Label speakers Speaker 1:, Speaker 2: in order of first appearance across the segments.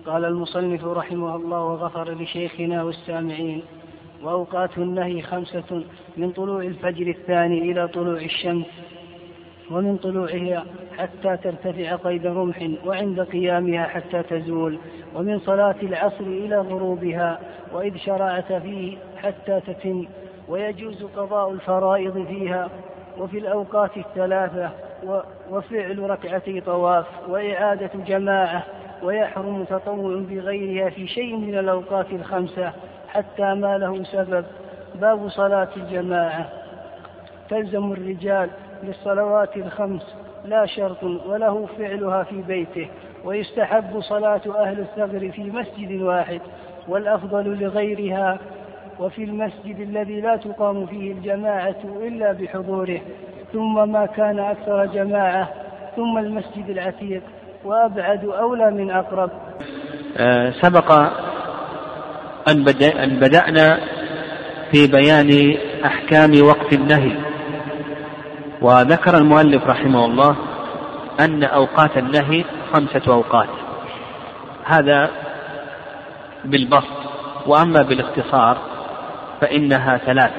Speaker 1: قال المصنف رحمه الله وغفر لشيخنا والسامعين: وأوقات النهي 5: من طلوع الفجر الثاني إلى طلوع الشمس، ومن طلوعها حتى ترتفع قيد رمح، وعند قيامها حتى تزول، ومن صلاة العصر إلى غروبها، وإذ شرعت فيه حتى تتم، ويجوز قضاء الفرائض فيها. وفي الأوقات 3: وفعل ركعتي طواف، وإعادة جماعة، ويحرم تطوع بغيرها في شيء من الأوقات 5 حتى ما له سبب. باب صلاة الجماعة: تلزم الرجال للصلوات 5 لا شرط، وله فعلها في بيته، ويستحب صلاة أهل الثغر في مسجد واحد، والأفضل لغيرها، وفي المسجد الذي لا تقام فيه الجماعة إلا بحضوره، ثم ما كان أكثر جماعة، ثم المسجد العتيق، وأبعد أولى من أقرب.
Speaker 2: سبق أن بدأنا في بيان أحكام وقت النهي، وذكر المؤلف رحمه الله أن أوقات النهي 5 أوقات، هذا بالبسط، وأما بالاختصار فإنها 3.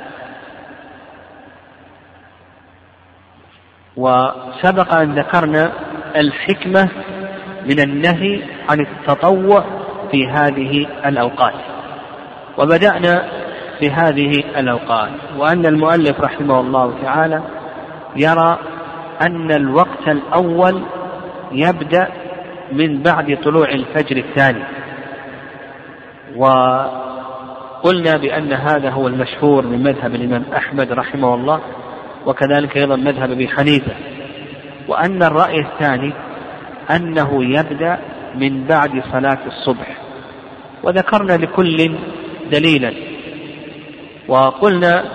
Speaker 2: وسبق أن ذكرنا الحكمة من النهي عن التطوع في هذه الأوقات، وبدأنا في هذه الأوقات، وأن المؤلف رحمه الله تعالى يرى أن الوقت الأول يبدأ من بعد طلوع الفجر الثاني، وقلنا بأن هذا هو المشهور من مذهب الإمام أحمد رحمه الله، وكذلك أيضا مذهب أبي حنيفة، وأن الرأي الثاني أنه يبدأ من بعد صلاة الصبح، وذكرنا لكل دليلا، وقلنا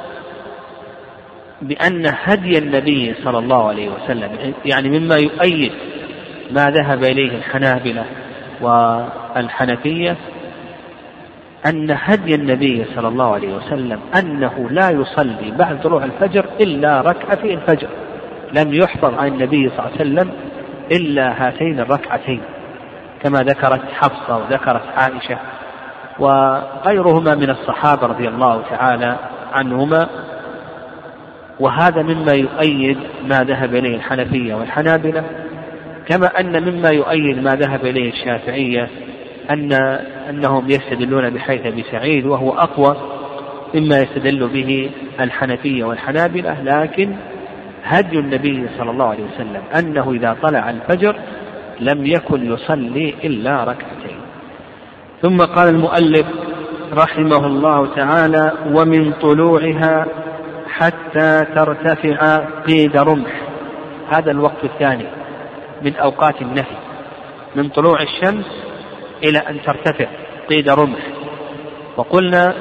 Speaker 2: بأن هدي النبي صلى الله عليه وسلم، يعني مما يؤيد ما ذهب إليه الحنابلة والحنفية، أن هدي النبي صلى الله عليه وسلم أنه لا يصلي بعد طلوع الفجر إلا ركعتي الفجر، لم يحفظ عن النبي صلى الله عليه وسلم إلا هاتين الركعتين، كما ذكرت حفصة وذكرت عائشة وغيرهما من الصحابة رضي الله تعالى عنهما. وهذا مما يؤيد ما ذهب إليه الحنفية والحنابلة، كما أن مما يؤيد ما ذهب إليه الشافعية أنهم يستدلون بحيث أبي سعيد، وهو أقوى مما يستدل به الحنفية والحنابلة. لكن هدي النبي صلى الله عليه وسلم أنه إذا طلع الفجر لم يكن يصلي إلا ركعتين. ثم قال المؤلف رحمه الله تعالى: ومن طلوعها حتى ترتفع قيد رمح، هذا الوقت الثاني من أوقات النهي، من طلوع الشمس إلى أن ترتفع قيد رمح. وقلنا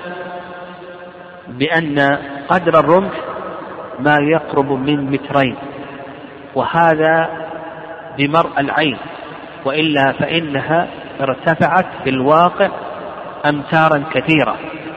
Speaker 2: بأن قدر الرمح ما يقرب من 2 متر، وهذا بمرء العين، وإلا فإنها ارتفعت في الواقع أمتارا كثيرة.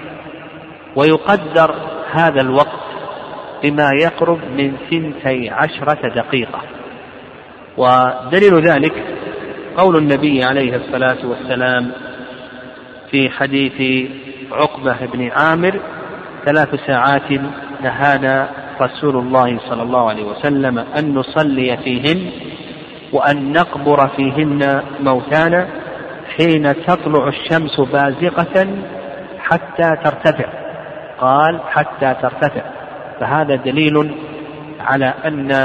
Speaker 2: ويقدر هذا الوقت بما يقرب من 12 دقيقة. ودليل ذلك قول النبي عليه الصلاة والسلام في حديث عقبة بن عامر: 3 ساعات نهانا رسول الله صلى الله عليه وسلم أن نصلي فيهن وأن نقبر فيهن موتانا حين تطلع الشمس بازغة حتى ترتفع. قال حتى ترتفع، فهذا دليل على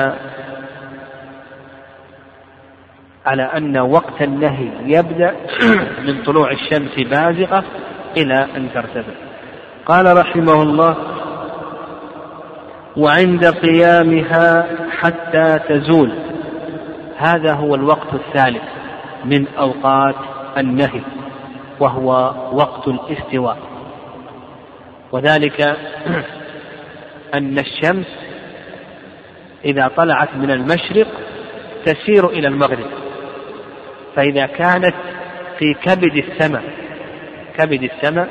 Speaker 2: أن وقت النهي يبدأ من طلوع الشمس بازغة إلى أن ترتفع. قال رحمه الله: وعند قيامها حتى تزول، هذا هو الوقت الثالث من أوقات النهي، وهو وقت الاستواء. وذلك أن الشمس إذا طلعت من المشرق تسير إلى المغرب، فإذا كانت في كبد السماء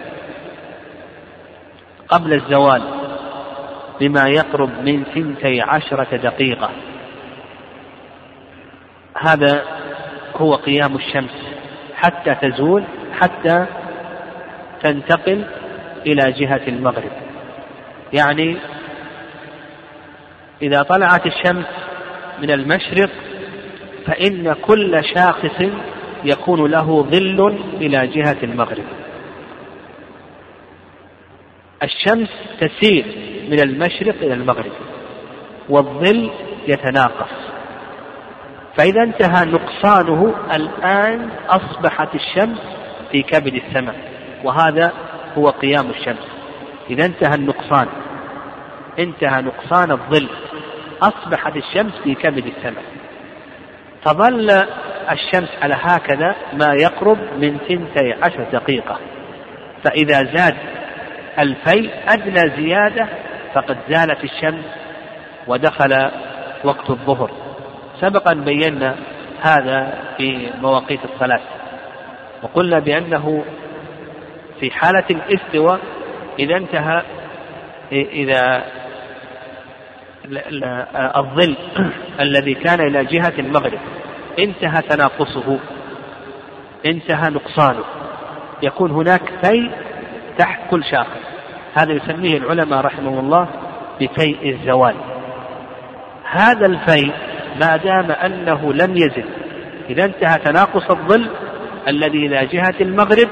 Speaker 2: قبل الزوال بما يقرب من 12 دقيقة، هذا هو قيام الشمس حتى تزول، حتى تنتقل إلى جهة المغرب. يعني إذا طلعت الشمس من المشرق فإن كل شاخص يكون له ظل إلى جهة المغرب. الشمس تسير من المشرق إلى المغرب والظل يتناقص، فإذا انتهى نقصانه الآن أصبحت الشمس في كبد السماء، وهذا هو قيام الشمس. إذا انتهى نقصان الظل، أصبحت الشمس في كبد السماء، فظل الشمس على هكذا ما يقرب من 12 دقيقة. فإذا زاد الفيء أدنى زيادة فقد زالت الشمس ودخل وقت الظهر. سبقا بينا هذا في مواقيت الصلاة، وقلنا بأنه في حالة الاستواء إذا الظل الذي كان إلى جهة المغرب انتهى تناقصه، انتهى نقصانه، يكون هناك فيء تحت كل شاخص. هذا يسميه العلماء رحمه الله بفيء الزوال. هذا الفيء ما دام أنه لم يزل، إذا انتهى تناقص الظل الذي إلى جهة المغرب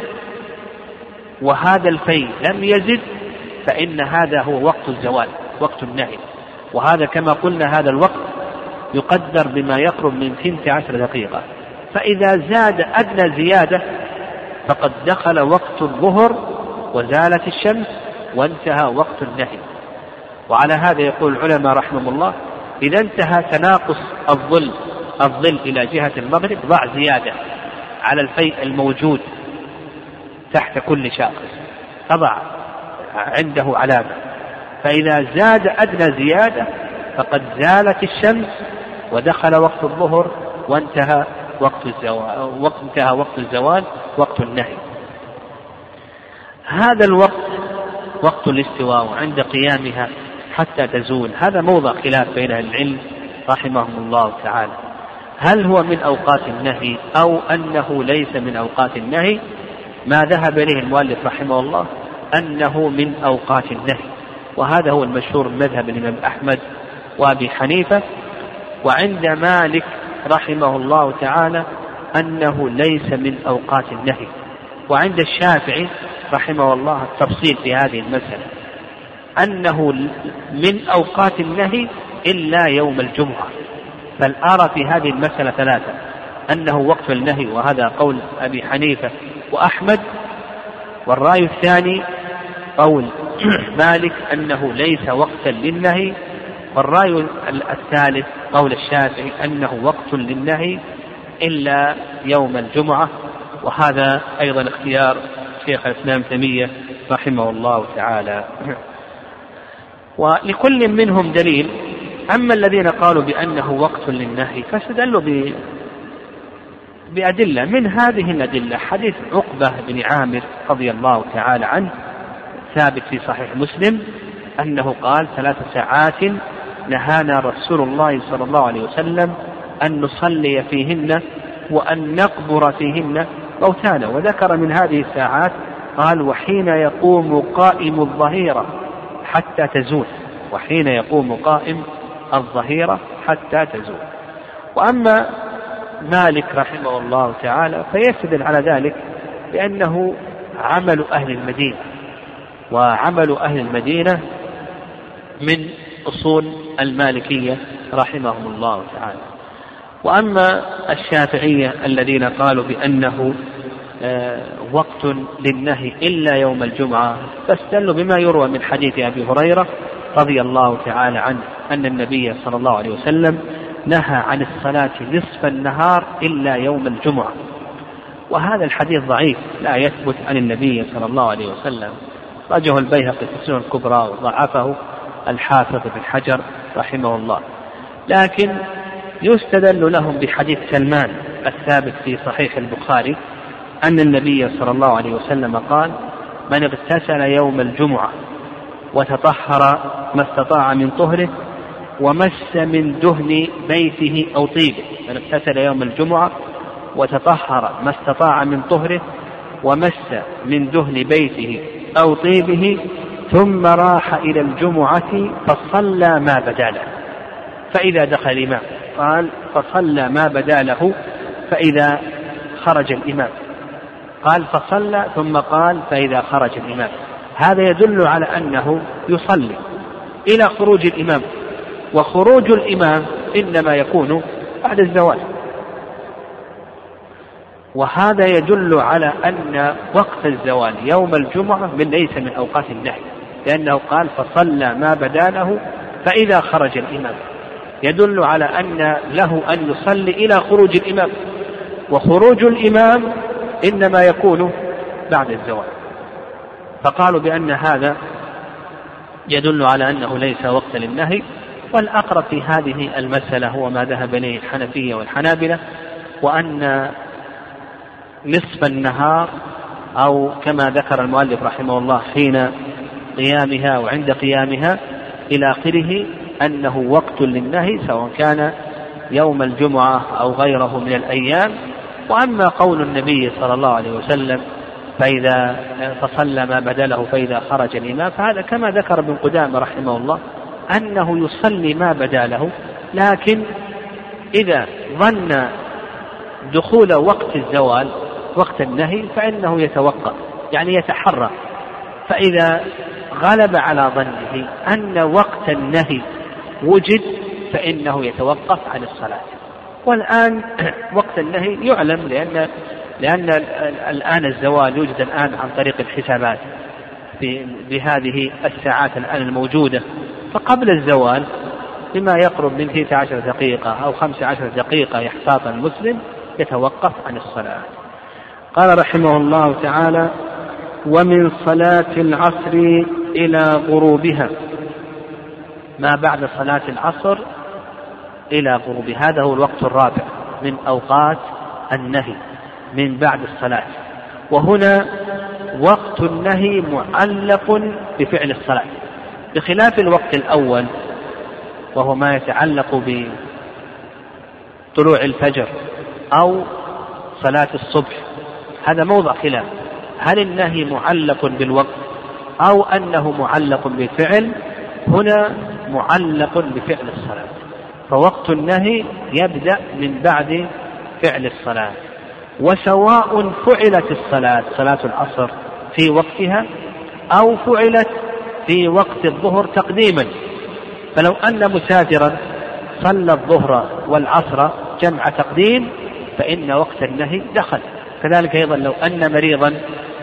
Speaker 2: وهذا الفيء لم يزل، فإن هذا هو وقت الزوال، وقت النهي. وهذا كما قلنا هذا الوقت يقدر بما يقرب من 12 دقيقة. فإذا زاد أدنى زيادة فقد دخل وقت الظهر وزالت الشمس وانتهى وقت النهي. وعلى هذا يقول العلماء رحمه الله إذا انتهى تناقص الظل إلى جهة المغرب ضع زيادة على الفيء الموجود تحت كل شاخص، تضع عنده علامة. فإذا زاد أدنى زيادة فقد زالت الشمس ودخل وقت الظهر وانتهى وقت الزوال وقت النهي. هذا الوقت وقت الاستواء عند قيامها حتى تزول، هذا موضع خلاف بين العلم رحمهم الله تعالى، هل هو من أوقات النهي أو أنه ليس من أوقات النهي؟ ما ذهب إليه المؤلف رحمه الله أنه من أوقات النهي، وهذا هو المشهور من مذهب الإمام أحمد وأبي حنيفة. وعند مالك رحمه الله تعالى أنه ليس من أوقات النهي. وعند الشافعي رحمه الله التفصيل في هذه المسألة أنه من أوقات النهي إلا يوم الجمعة. فالآراء في هذه المسألة ثلاثة: أنه وقت النهي، وهذا قول أبي حنيفة وأحمد، والرأي الثاني قول مالك أنه ليس وقتا للنهي، والرأي الثالث قول الشافعي أنه وقت للنهي إلا يوم الجمعة. وهذا أيضا اختيار شيخ الإسلام تيمية رحمه الله تعالى. ولكل منهم دليل. أما الذين قالوا بأنه وقت للنهي فاستدلوا بأدلة، من هذه الأدلة حديث عقبة بن عامر رضي الله تعالى عنه ثابت في صحيح مسلم أنه قال 3 ساعات نهانا رسول الله صلى الله عليه وسلم أن نصلي فيهن وأن نقبر فيهن موتانا. وذكر من هذه الساعات قال وحين يقوم قائم الظهيرة حتى تزول، وحين يقوم قائم الظهيرة حتى تزول. وأما مالك رحمه الله تعالى فيستدل على ذلك بأنه عمل أهل المدينة، وعمل أهل المدينة من أصول المالكية رحمهم الله تعالى. وأما الشافعية الذين قالوا بأنه وقت للنهي إلا يوم الجمعة فاستدلوا بما يروى من حديث أبي هريرة رضي الله تعالى عنه أن النبي صلى الله عليه وسلم نهى عن الصلاة نصف النهار إلا يوم الجمعة. وهذا الحديث ضعيف لا يثبت عن النبي صلى الله عليه وسلم، رجه البيهقي في السنن الكبرى وضعفه الحافظ بن حجر رحمه الله. لكن يستدل لهم بحديث سلمان الثابت في صحيح البخاري أن النبي صلى الله عليه وسلم قال من اغتسل يوم الجمعة وتطهر ما استطاع من طهره ومس من دهن بيته أو طيبه، من اغتسل يوم الجمعة وتطهر ما استطاع من طهره ومس من دهن بيته أو طيبه ثم راح إلى الجمعة فصلى ما بدا له. فإذا دخل الإمام قال فصلى ما بدا له فإذا خرج الإمام قال فصلى ثم قال فإذا خرج الإمام. هذا يدل على أنه يصلي إلى خروج الإمام، وخروج الإمام إنما يكون بعد الزوال. وهذا يدل على أن وقت الزوال يوم الجمعة ليس من أوقات النهي، لأنه قال فصلى ما بدا له فإذا خرج الإمام، يدل على أن له أن يصلي إلى خروج الإمام، وخروج الإمام إنما يكون بعد الزوال. فقالوا بأن هذا يدل على أنه ليس وقت للنهي. والأقرب في هذه المسألة هو ما ذهب إليه الحنفية والحنابلة، وأن نصف النهار أو كما ذكر المؤلف رحمه الله حين قيامها وعند قيامها إلى آخره أنه وقت للنهي سواء كان يوم الجمعة أو غيره من الأيام. وأما قول النبي صلى الله عليه وسلم فإذا فصلى ما بدا له فإذا خرج الإمام، فهذا كما ذكر ابن قدامة رحمه الله أنه يصلي ما بدا له، لكن إذا ظن دخول وقت الزوال وقت النهي فإنه يتوقف، يعني يتحرى. فإذا غلب على ظنه أن وقت النهي وجد فإنه يتوقف عن الصلاة. والآن وقت النهي يعلم، لأن الآن الزوال يوجد الآن عن طريق الحسابات بهذه الساعات الآن الموجودة. فقبل الزوال بما يقرب من 12 دقيقة أو 15 دقيقة يحتاط المسلم يتوقف عن الصلاة. قال رحمه الله تعالى: ومن صلاة العصر إلى غروبها، ما بعد صلاة العصر إلى غروبها، هذا هو الوقت الرابع من أوقات النهي من بعد الصلاة. وهنا وقت النهي معلق بفعل الصلاة، بخلاف الوقت الأول وهو ما يتعلق بطلوع الفجر أو صلاة الصبح. هذا موضع خلاف، هل النهي معلق بالوقت أو أنه معلق بالفعل؟ هنا معلق بفعل الصلاة، فوقت النهي يبدأ من بعد فعل الصلاة. وسواء فعلت الصلاة صلاة العصر في وقتها أو فعلت في وقت الظهر تقديما، فلو أن مسافرا صلى الظهر والعصر جمع تقديم فإن وقت النهي دخل. كذلك أيضا لو أن مريضا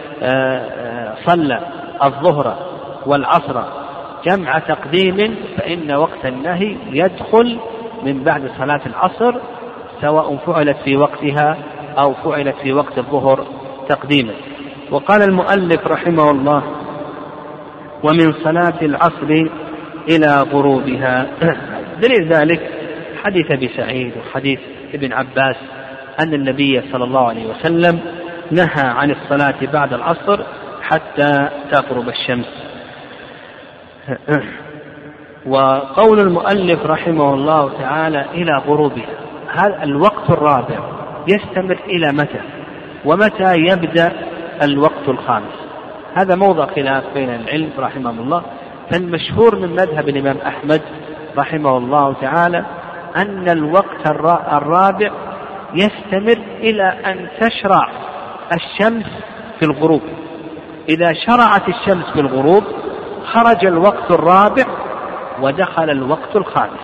Speaker 2: صلى الظهر والعصر جمع تقديم فإن وقت النهي يدخل من بعد صلاة العصر، سواء فعلت في وقتها أو فعلت في وقت الظهر تقديما. وقال المؤلف رحمه الله: ومن صلاة العصر إلى غروبها. دليل ذلك حديث أبي سعيد وحديث ابن عباس أن النبي صلى الله عليه وسلم نهى عن الصلاة بعد العصر حتى تغرب الشمس. وقول المؤلف رحمه الله تعالى إلى غروبها، هذا الوقت الرابع يستمر إلى متى؟ ومتى يبدأ الوقت الخامس؟ هذا موضع خلاف بين العلم رحمه الله. فالمشهور من مذهب الإمام أحمد رحمه الله تعالى أن الوقت الرابع يستمر إلى أن تشرع الشمس في الغروب. إذا شرعت الشمس في الغروب خرج الوقت الرابع ودخل الوقت الخامس.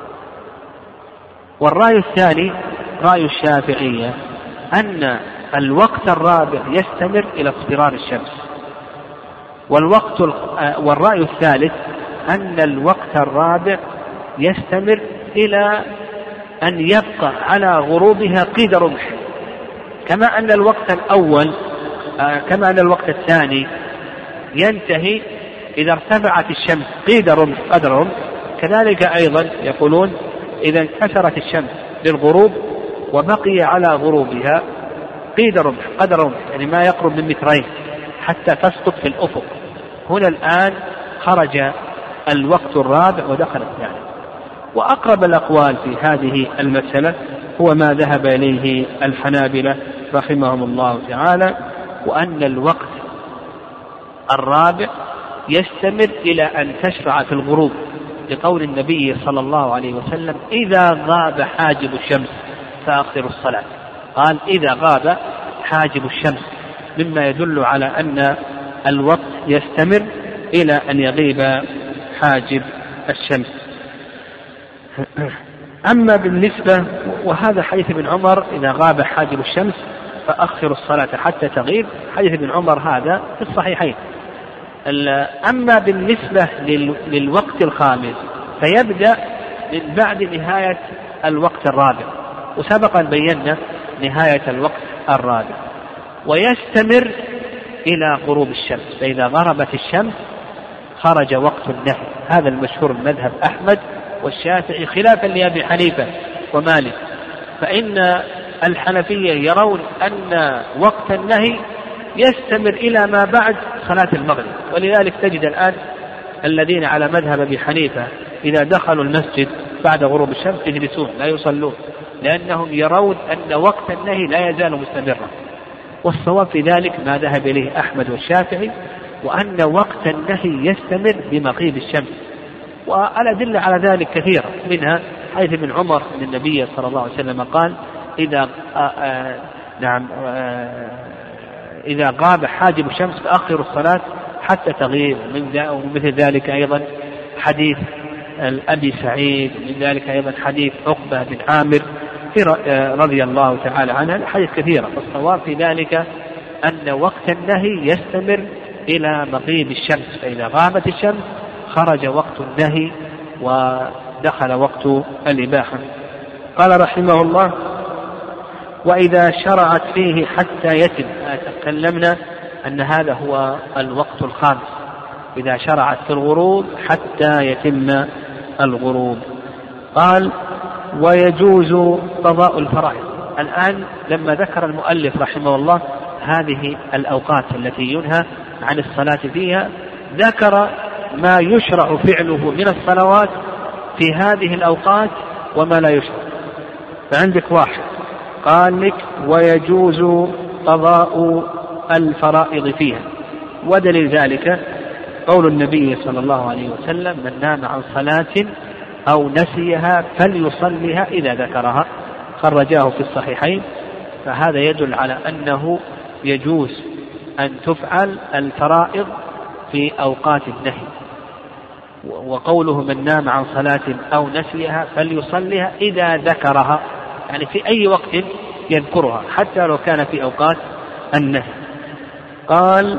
Speaker 2: والرأي الثاني رأي الشافعية أن الوقت الرابع يستمر إلى اصفرار الشمس. والرأي الثالث أن الوقت الرابع يستمر إلى أن يبقى على غروبها قيد رمح، كما أن الوقت الثاني ينتهي إذا ارتفعت الشمس قيد رمح قدر رمح. كذلك أيضا يقولون إذا انكسرت الشمس للغروب وبقي على غروبها قيد رمح قدر رمح، يعني ما يقرب من 2 متر حتى تسقط في الأفق. هنا الآن خرج الوقت الرابع ودخل الثاني. وأقرب الأقوال في هذه المسألة هو ما ذهب إليه الحنابلة رحمهم الله تعالى، وأن الوقت الرابع يستمر إلى أن تشرع في الغروب، لقول النبي صلى الله عليه وسلم: إذا غاب حاجب الشمس فأخروا الصلاة. قال: إذا غاب حاجب الشمس، مما يدل على أن الوقت يستمر إلى أن يغيب حاجب الشمس. أما بالنسبة، وهذا حديث ابن عمر: إذا غاب حاجب الشمس فأخروا الصلاة حتى تغيب، حديث ابن عمر هذا في الصحيحين. أما بالنسبة للوقت الخامس فيبدأ من بعد نهاية الوقت الرابع، وسبقا بينا نهاية الوقت الرابع، ويستمر إلى غروب الشمس، فإذا غربت الشمس خرج وقت النهي. هذا المشهور مذهب أحمد والشافعي خلافا لأبي حنيفة ومالك، فإن الحنفية يرون أن وقت النهي يستمر إلى ما بعد صلاة المغرب، ولذلك تجد الآن الذين على مذهب أبي حنيفة إذا دخلوا المسجد بعد غروب الشمس يجلسون لا يصلون، لأنهم يرون أن وقت النهي لا يزال مستمرا. والصواب في ذلك ما ذهب إليه أحمد والشافعي، وأن وقت النهي يستمر بمغيب الشمس. والأدلة على ذلك كثيرة، منها حيث ابن عمر أن النبي صلى الله عليه وسلم قال: إذا غاب حاجب الشمس فأخروا الصلاة حتى تغيب. ومثل ذلك أيضا حديث أبي سعيد، من ذلك أيضا حديث عقبة بن عامر رضي الله تعالى عنها، حديث كثيرة. والصواب في ذلك أن وقت النهي يستمر إلى مغيب الشمس، فإذا غابت الشمس خرج وقت النهي ودخل وقت الإباحة. قال رحمه الله: وإذا شرعت فيه حتى يتم. تكلمنا أن هذا هو الوقت الخامس، إذا شرعت في الغروب حتى يتم الغروب. قال: ويجوز قضاء الفرائض. الآن لما ذكر المؤلف رحمه الله هذه الأوقات التي ينهى عن الصلاة فيها، ذكر ما يشرع فعله من الصلوات في هذه الأوقات وما لا يشرع. فعندك واحد قال لك: ويجوز قضاء الفرائض فيها، ودليل ذلك قول النبي صلى الله عليه وسلم: من نام عن صلاة أو نسيها فليصليها إذا ذكرها، خرجاه في الصحيحين. فهذا يدل على أنه يجوز أن تفعل الفرائض في أوقات النهي. وقوله: من نام عن صلاة أو نسيها فليصليها إذا ذكرها، يعني في أي وقت يذكرها حتى لو كان في أوقات النهي. قال: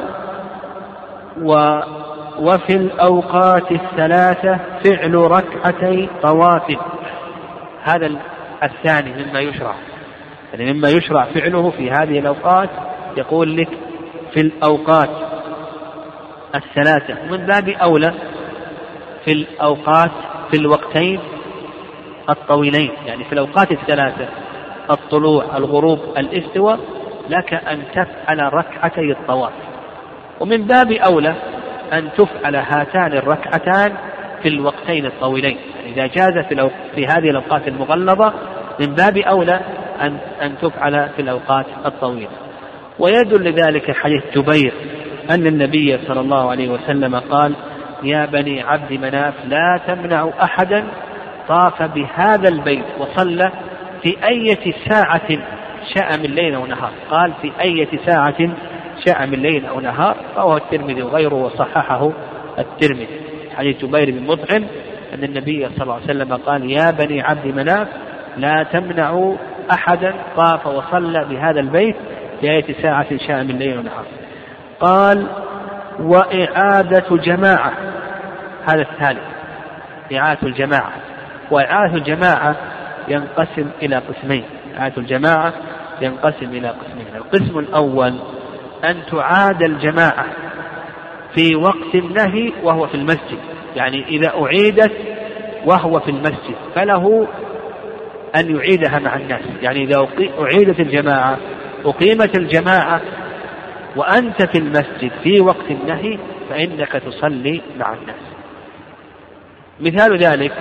Speaker 2: وفي الأوقات الثلاثة فعل ركعتي طواف. هذا الثاني مما يشرع، يعني مما يشرع فعله في هذه الأوقات. يقول لك: في الأوقات الثلاثة، من باب أولى في الأوقات في الوقتين الطويلين، يعني في الأوقات الثلاثة: الطلوع، الغروب، الاستواء، لك أن تفعل ركعتي الطواف. ومن باب أولى أن تفعل هاتان الركعتان في الوقتين الطويلين، يعني إذا جاز في هذه الأوقات المغلظة من باب أولى أن تفعل في الأوقات الطويلة. ويدل لذلك حديث جبير أن النبي صلى الله عليه وسلم قال: يا بني عبد مناف لا تمنعوا أحدا طاف بهذا البيت وصلى في أي ساعة شاء من ليل أو نهار. قال: في أي ساعة شاء من ليل أو نهار، رواه الترمذي وغيره وصححه الترمذي. حديث جبير بن مطعم أن النبي صلى الله عليه وسلم قال: يا بني عبد مناف لا تمنعوا أحدا طاف وصلى بهذا البيت في أي ساعة شاء من ليل ونهار. قال: وإعادة جماعة. هذا الثالث، إعادة الجماعة. وإعادة الجماعة ينقسم إلى قسمين. إعادة الجماعة ينقسم إلى قسمين: القسم الأول أن تعاد الجماعة في وقت النهي وهو في المسجد، يعني إذا أعيدت وهو في المسجد فله أن يعيدها مع الناس. يعني إذا أعيدت الجماعة، أقيمت الجماعة وأنت في المسجد في وقت النهي، فإنك تصلي مع الناس. مثال ذلك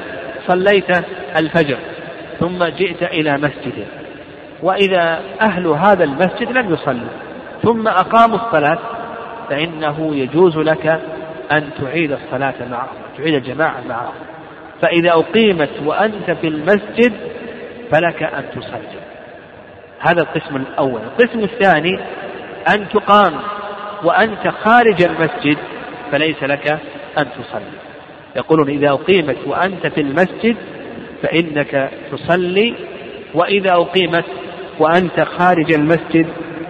Speaker 2: صليت الفجر ثم جئت إلى مسجد، وإذا أهل هذا المسجد لم يصلوا ثم أقاموا الصلاة، فإنه يجوز لك أن تعيد الصلاة معهم، تعيد الجماعة معهم. فإذا أقيمت وأنت في المسجد فلك أن تصلي. هذا القسم الأول. القسم الثاني أن تقام وأنت خارج المسجد فليس لك أن تصلي. يقولون إذا أقيمت وأنت في المسجد فإنك تصلي، وإذا أقيمت وأنت خارج المسجد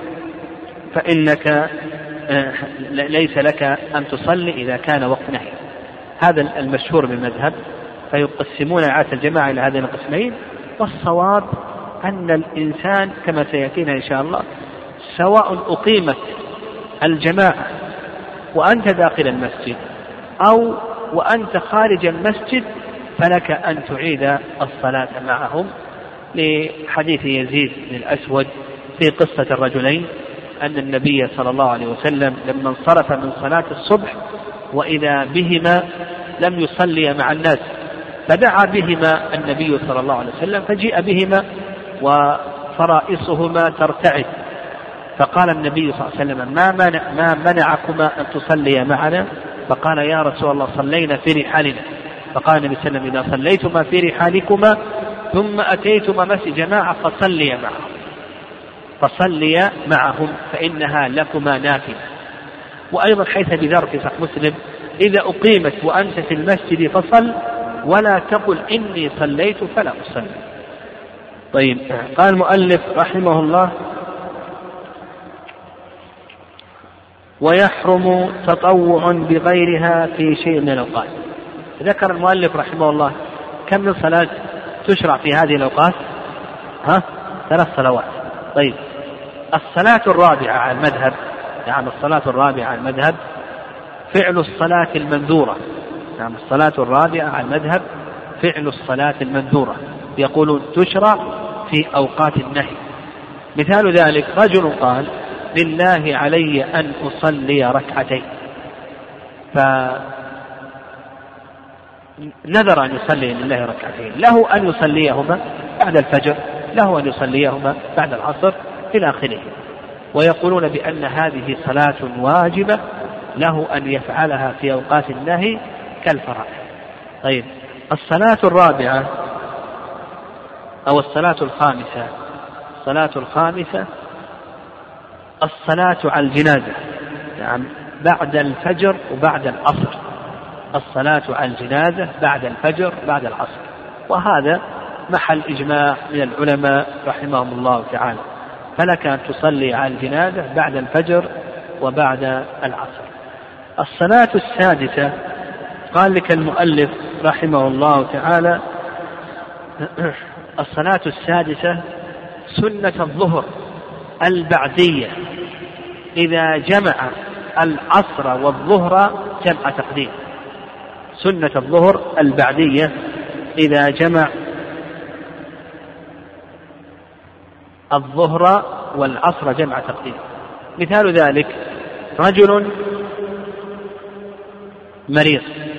Speaker 2: فإنك ليس لك أن تصلي إذا كان وقت نهي. هذا المشهور بالمذهب. فيقسمون عادة الجماعة إلى هذين القسمين، والصواب أن الإنسان كما سيأتينا إن شاء الله سواء أقيمت الجماعة وأنت داخل المسجد أو وأنت خارج المسجد فلك أن تعيد الصلاة معهم، لحديث يزيد بن الأسود في قصة الرجلين أن النبي صلى الله عليه وسلم لما انصرف من صلاة الصبح وإذا بهما لم يصلي مع الناس، فدعا بهما النبي صلى الله عليه وسلم فجيء بهما وفرائصهما ترتعد، فقال النبي صلى الله عليه وسلم ما منعكما أن تصليا معنا؟ فقال يا رسول الله صلينا في رحالنا. فقال النبي صلى الله عليه وسلم إذا صليتما في رحالكما ثم أتيتما مسجد جماعة فصليا معهم فإنها لكما نافلة. وأيضا حيث بذر في صحيح مسلم إذا أقيمت وأنت في المسجد فصل ولا تقل إني صليت فلا أصلي. طيب، قال المؤلف رحمه الله ويحرم تطوع بغيرها في شيء من الأوقات. ذكر المؤلف رحمه الله كم من صلاة تشرع في هذه الأوقات؟ 3 صلوات. طيب، الصلاة الرابعة على المذهب، يعني الصلاة الرابعة على المذهب فعل الصلاة المنذورة. يعني الصلاة الرابعة على المذهب فعل الصلاة المنذورة، يقولون تشرع في أوقات النهي. مثال ذلك رجل قال لله علي أن أصلي ركعتين، فنذر أن يصلي لله ركعتين، له أن يصليهما بعد الفجر، له أن يصليهما بعد العصر إلى آخره. ويقولون بأن هذه صلاة واجبة له أن يفعلها في أوقات النهي كالفرائض. طيب، الصلاة الرابعة أو الصلاة الخامسة الصلاة على الجنازة، يعني بعد الفجر وبعد العصر. الصلاة على الجنازة بعد الفجر بعد العصر، وهذا محل إجماع من العلماء رحمهم الله تعالى. فلك أن تصلي على الجنازة بعد الفجر وبعد العصر. الصلاة السادسة قال لك المؤلف رحمه الله تعالى الصلاة السادسة سنة الظهر البعدية إذا جمع العصر والظهر جمع تقديم. سنة الظهر البعدية إذا جمع الظهر والعصر جمع تقديم. مثال ذلك رجل مريض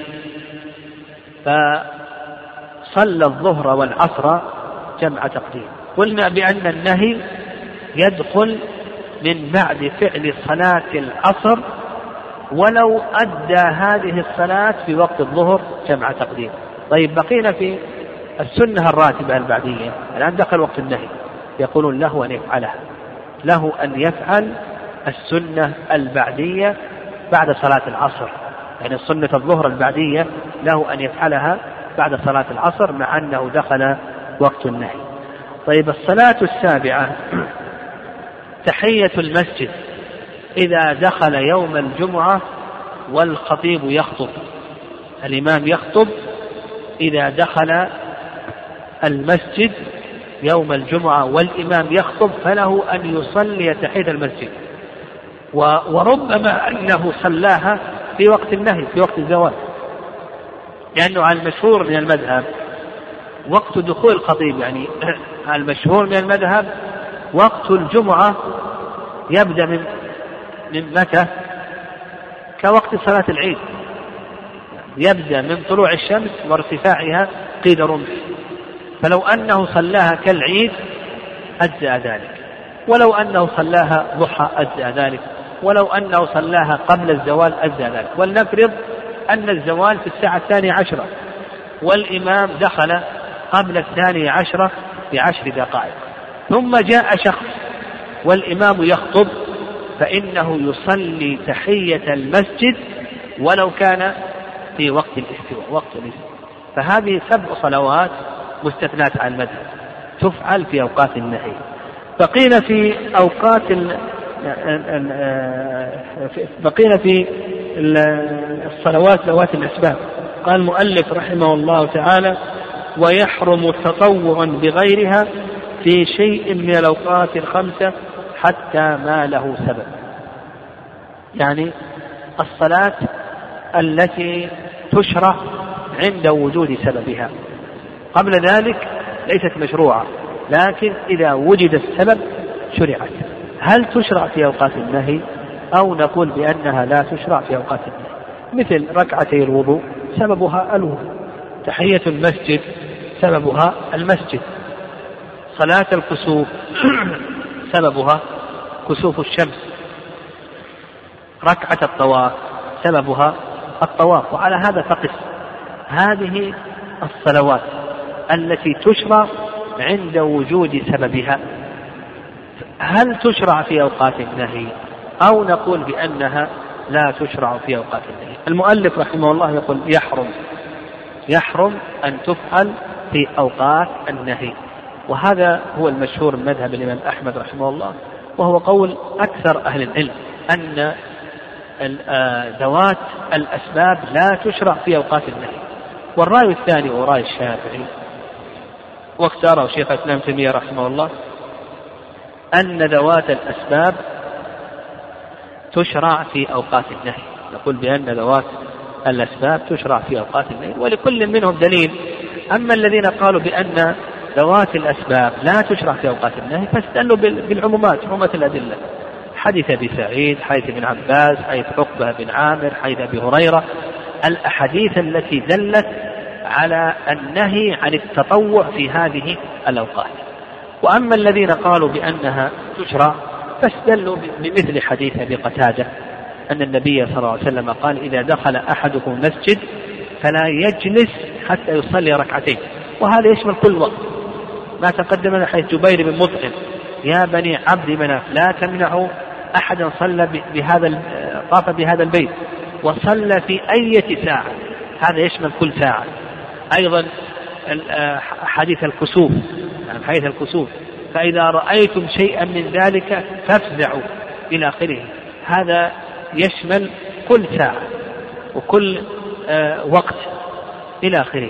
Speaker 2: فصلى الظهر والعصر جمع تقديم. قلنا بأن النهي يدخل من بعد فعل صلاة العصر ولو أدى هذه الصلاة في وقت الظهر جمع تقديم. طيب، بقينا في السنة الراتبة البعدية، الآن دخل وقت النهي، يقولون له أن يفعلها، له أن يفعل السنة البعدية بعد صلاة العصر، يعني سنة الظهر البعدية له أن يفعلها بعد صلاة العصر مع أنه دخل وقت النهي. طيب، الصلاة السابعة تحية المسجد إذا دخل يوم الجمعة والخطيب يخطب. الإمام يخطب إذا دخل المسجد يوم الجمعة والإمام يخطب فله أن يصلي تحية المسجد، وربما أنه صلاها في وقت النهي في وقت الزوال، لأنه على المشهور من المذهب وقت دخول الخطيب، يعني على المشهور من المذهب وقت الجمعة يبدأ من متى؟ كوقت صلاة العيد، يبدأ من طلوع الشمس وارتفاعها قيد رمح، فلو أنه صلاها كالعيد أجزأ ذلك، ولو أنه صلاها ضحى أجزأ ذلك، ولو أنه صلاها قبل الزوال أجزأ ذلك. ولنفرض أن الزوال في الساعة 12 والإمام دخل قبل 12 ب10 دقائق، ثم جاء شخص والإمام يخطب، فإنه يصلي تحية المسجد ولو كان في وقت الاستواء. فهذه 7 صلوات مستثنات عن المذهب تفعل في أوقات النهي. بقينا في الصلوات ذوات الأسباب. قال المؤلف رحمه الله تعالى: ويحرم التطوع بغيرها في شيء من الأوقات ال5 حتى ما له سبب. يعني الصلاة التي تشرع عند وجود سببها، قبل ذلك ليست مشروعة، لكن إذا وجد السبب شرعت. هل تشرع في أوقات النهي أو نقول بأنها لا تشرع في أوقات النهي؟ مثل ركعتي الوضوء سببها الوضوء، تحية المسجد سببها المسجد، صلاة الكسوف سببها كسوف الشمس، ركعة الطواف سببها الطواف. وعلى هذا فقس. هذه الصلوات التي تشرع عند وجود سببها، هل تشرع في أوقات النهي أو نقول بأنها لا تشرع في أوقات النهي؟ المؤلف رحمه الله يقول يحرم أن تفعل في أوقات النهي، وهذا هو المشهور من مذهب الإمام أحمد رحمه الله، وهو قول أكثر أهل العلم أن ذوات الأسباب لا تشرع في أوقات النهي. والرأي الثاني هو رأي الشافعي، واختاره شيخ الإسلام ابن تيمية رحمه الله، أن ذوات الأسباب تشرع في أوقات النهي. نقول بأن ذوات الأسباب تشرع في أوقات النهي، ولكل منهم دليل. أما الذين قالوا بأن ذوات الأسباب لا تشرع في أوقات النهي فاستدلوا بالعمومات، عمومة الأدلة، حديث أبي سعيد، حديث ابن عباس، حديث عقبة بن عامر، حديث أبي هريرة، الأحاديث التي دلت على النهي عن التطوع في هذه الأوقات. وأما الذين قالوا بأنها تشرع فاستدلوا بمثل حديث أبي قتادة أن النبي صلى الله عليه وسلم قال: إذا دخل أحدكم المسجد فلا يجلس حتى يصلي ركعتين. وهذا يشمل كل وقت، ما تقدم من حديث جبير بن مطعم: يا بني عبد مناف لا تمنعوا أحدا صلى طاف بهذا البيت وصلى في أي ساعة. هذا يشمل كل ساعة. أيضا حديث الكسوف، يعني حديث الكسوف: فإذا رأيتم شيئا من ذلك فافزعوا إلى آخره. هذا يشمل كل ساعة وكل وقت إلى آخره.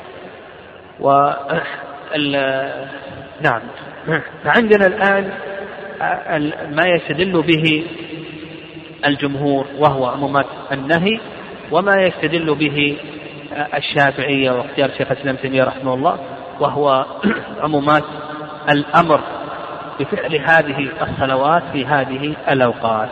Speaker 2: نعم. فعندنا الآن ما يستدل به الجمهور وهو عمومات النهي، وما يستدل به الشافعية واختيار شيخ الإسلام ابن تيمية رحمه الله وهو عمومات الأمر بفعل هذه الصلوات في هذه الأوقات.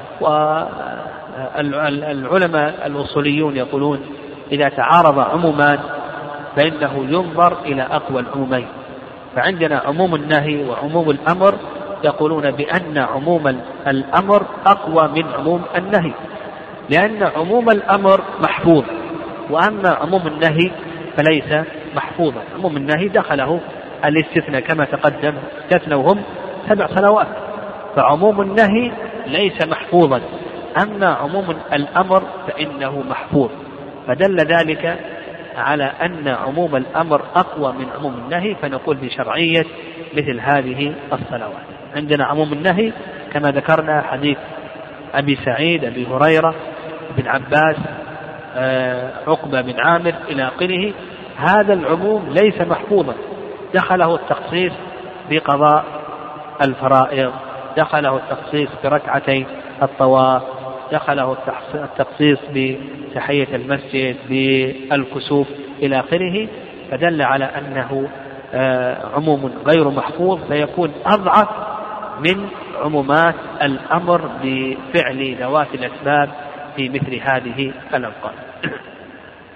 Speaker 2: والعلماء الأصوليون يقولون: إذا تعارض عمومان فإنه ينظر إلى أقوى العمومين. فعندنا عموم النهي وعموم الأمر، يقولون بأن عموم الأمر أقوى من عموم النهي، لأن عموم الأمر محفوظ، وأما عموم النهي فليس محفوظا. عموم النهي دخله الاستثناء كما تقدم، استثنوا هم 7 صلوات، فعموم النهي ليس محفوظا. أما عموم الأمر فإنه محفوظ، فدل ذلك على أن عموم الأمر أقوى من عموم النهي، فنقول بشرعية مثل هذه الصلوات. عندنا عموم النهي كما ذكرنا حديث أبي سعيد، أبي هريرة، بن عباس، عقبة بن عامر إلى آخره. هذا العموم ليس محفوظا، دخله التخصيص بقضاء الفرائض، دخله التخصيص بركعتي الطواف، دخله التخصيص بتحية المسجد، بالكسوف إلى آخره، فدل على أنه عموم غير محفوظ، فيكون أضعف من عمومات الأمر بفعل ذوات الأسباب في مثل هذه الأوقات.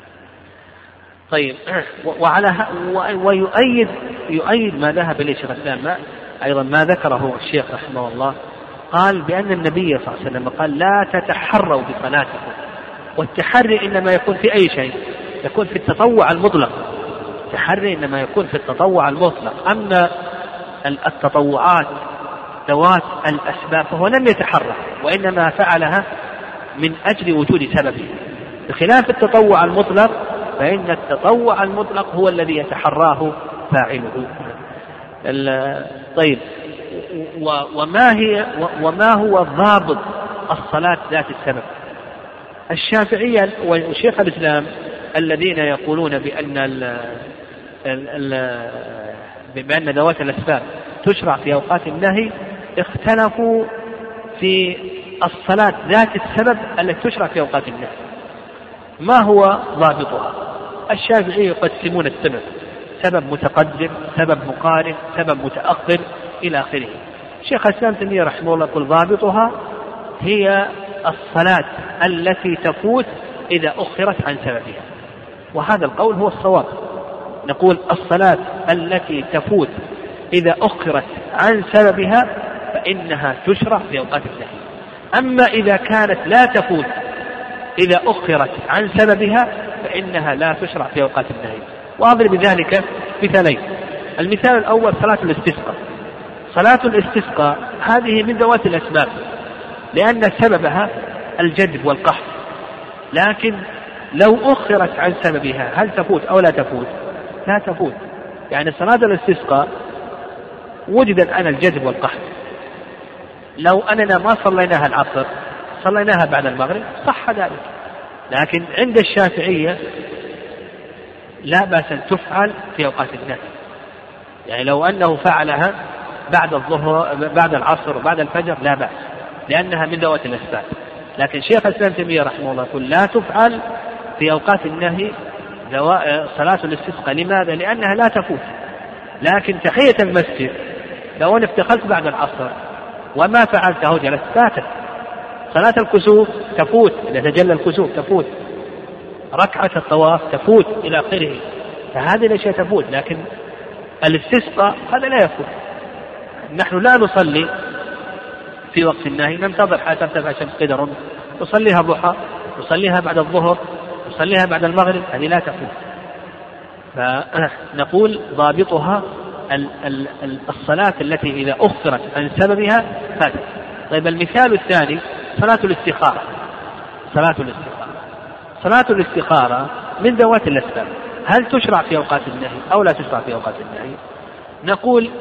Speaker 2: طيب، يؤيد ما ذهب إليه شيخ الإسلام أيضا ما ذكره الشيخ رحمه الله، قال بأن النبي صلى الله عليه وسلم قال لا تتحروا بصلاتكم، والتحري إنما يكون في أي شيء، يكون في التطوع المطلق، التحري إنما يكون في التطوع المطلق. أما التطوعات ذوات الأسباب فهو لم يتحرى، وإنما فعلها من أجل وجود سببه، بخلاف التطوع المطلق فإن التطوع المطلق هو الذي يتحراه فاعله. طيب، وما هو ضابط الصلاة ذات السبب؟ الشافعية وشيخ الإسلام الذين يقولون بأن ذوات الأسباب تشرع في أوقات النهي اختلفوا في الصلاة ذات السبب التي تشرع في أوقات النهي، ما هو ضابطها؟ الشافعي يقسمون السبب: سبب متقدم، سبب مقارن، سبب متأخر، إلى آخره. شيخ الإسلام تيمية رحمه الله يقول ضابطها هي الصلاة التي تفوت إذا أخرت عن سببها، وهذا القول هو الصواب. نقول الصلاة التي تفوت إذا أخرت عن سببها فإنها تشرع في أوقات النهي. أما إذا كانت لا تفوت إذا أخرت عن سببها فإنها لا تشرع في أوقات النهي. وأضرب بذلك مثالين: المثال الأول صلاة الاستسقاء. صلاة الاستسقاء هذه من ذوات الأسباب لأن سببها الجدب والقحط، لكن لو أخرت عن سببها هل تفوت أو لا تفوت؟ لا تفوت. يعني صلاة الاستسقاء وجد الآن الجدب والقحط، لو أننا ما صليناها العصر صليناها بعد المغرب صح ذلك، لكن عند الشافعية لا بأس أن تفعل في أوقات النهي. يعني لو أنه فعلها بعد الظهر بعد العصر وبعد الفجر لا بأس، لأنها من ذوات الأسباب. لكن شيخ الإسلام تيمية رحمه الله يقول لا تفعل في أوقات النهي صلاة الاستسقاء. لماذا؟ لأنها لا تفوت. لكن تحية المسجد لو أن افتقلت بعد العصر وما فعلته جلست فاتت. صلاة الكسوف تفوت إذا تجلى الكسوف تفوت، ركعة الطواف تفوت إلى آخره، فهذه الأشياء تفوت. لكن الاستسقاء هذا لا يفوت. نحن لا نصلي في وقت النهي، ننتظر حتى ترتفع شمس قدر، نصليها ضحى، نصليها بعد الظهر، نصليها بعد المغرب، هذه لا تفوت. فنقول ضابطها الصلاة التي إذا أخرت عن سببها فاتت. طيب، المثال الثاني صلاة الاستخارة. صلاة الاستخارة من ذوات الأسباب، هل تشرع في أوقات النهي أو لا تشرع في أوقات النهي؟ نقول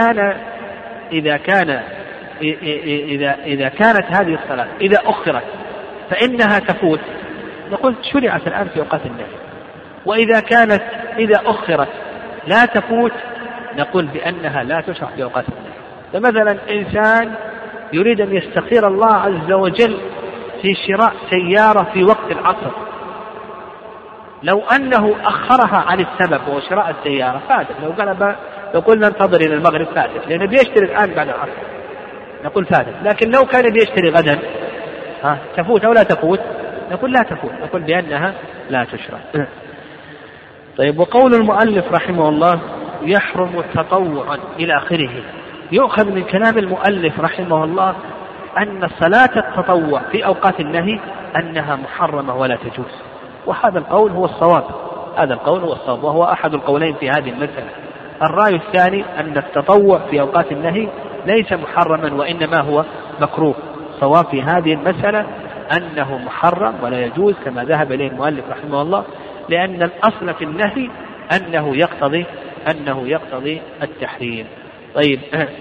Speaker 2: إذا كانت هذه الصلاة إذا أخرت فإنها تفوت، نقول شرعت الآن في أوقات النهي. وإذا كانت إذا أخرت لا تفوت، نقول بأنها لا تشرع في أوقات النهي. فمثلا إنسان يريد أن يستخير الله عز وجل في شراء سيارة في وقت العصر، لو أنه أخرها عن السبب وشراء السيارة فاتت. لو قلنا انتظر إلى المغرب فاتت، لأنه بيشتري الآن بعد العصر، نقول فاتت. لكن لو كان بيشتري غدا تفوت أو لا تفوت؟ نقول لا تفوت، نقول بأنها لا تشرع. طيب، وقول المؤلف رحمه الله يحرم تطوعا إلى آخره، يؤخذ من كلام المؤلف رحمه الله أن صلاة التطوع في أوقات النهي أنها محرمة ولا تجوز، وهذا القول هو الصواب. وهو أحد القولين في هذه المسألة. الرأي الثاني أن التطوع في أوقات النهي ليس محرما وإنما هو مكروه. صواب في هذه المسألة أنه محرم ولا يجوز كما ذهب إليه المؤلف رحمه الله، لأن الأصل في النهي أنه يقتضي التحريم. طيب،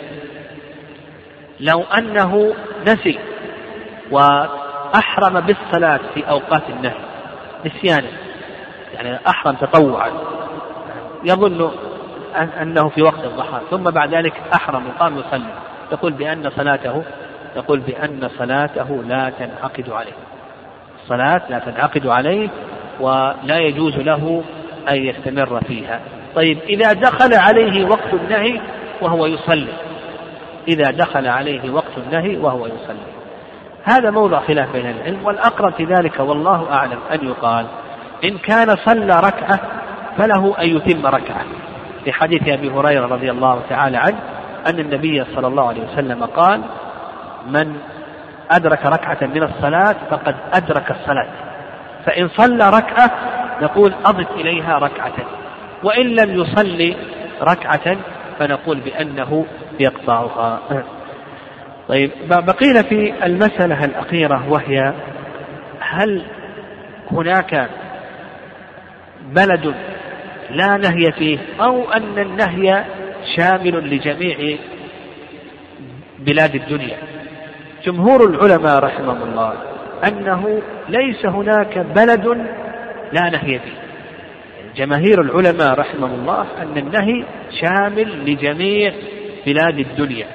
Speaker 2: لو أنه نسي وأحرم بالصلاة في أوقات النهي نسيانا، يعني أحرم تطوعا يظن أنه في وقت الضحى ثم بعد ذلك أحرم وقام يصلي، تقول بأن صلاته لا تنعقد عليه. الصلاة لا تنعقد عليه ولا يجوز له أن يستمر فيها. طيب، إذا دخل عليه وقت النهي وهو يصلي، هذا موضع خلاف بين العلم، والأقرب في ذلك والله أعلم أن يقال إن كان صلى ركعة فله أن يتم ركعة، في حديث أبي هريرة رضي الله تعالى عنه أن النبي صلى الله عليه وسلم قال: من أدرك ركعة من الصلاة فقد أدرك الصلاة، فإن صلى ركعة نقول أضف إليها ركعة، وإن لم يصلي ركعة فنقول بأنه يقطعها. طيب، بقينا في المسألة الأخيرة، وهي: هل هناك بلد لا نهي فيه، أو أن النهي شامل لجميع بلاد الدنيا؟ جمهور العلماء رحمهم الله أنه ليس هناك بلد لا نهي فيه. جماهير العلماء رحمهم الله أن النهي شامل لجميع بلاد الدنيا،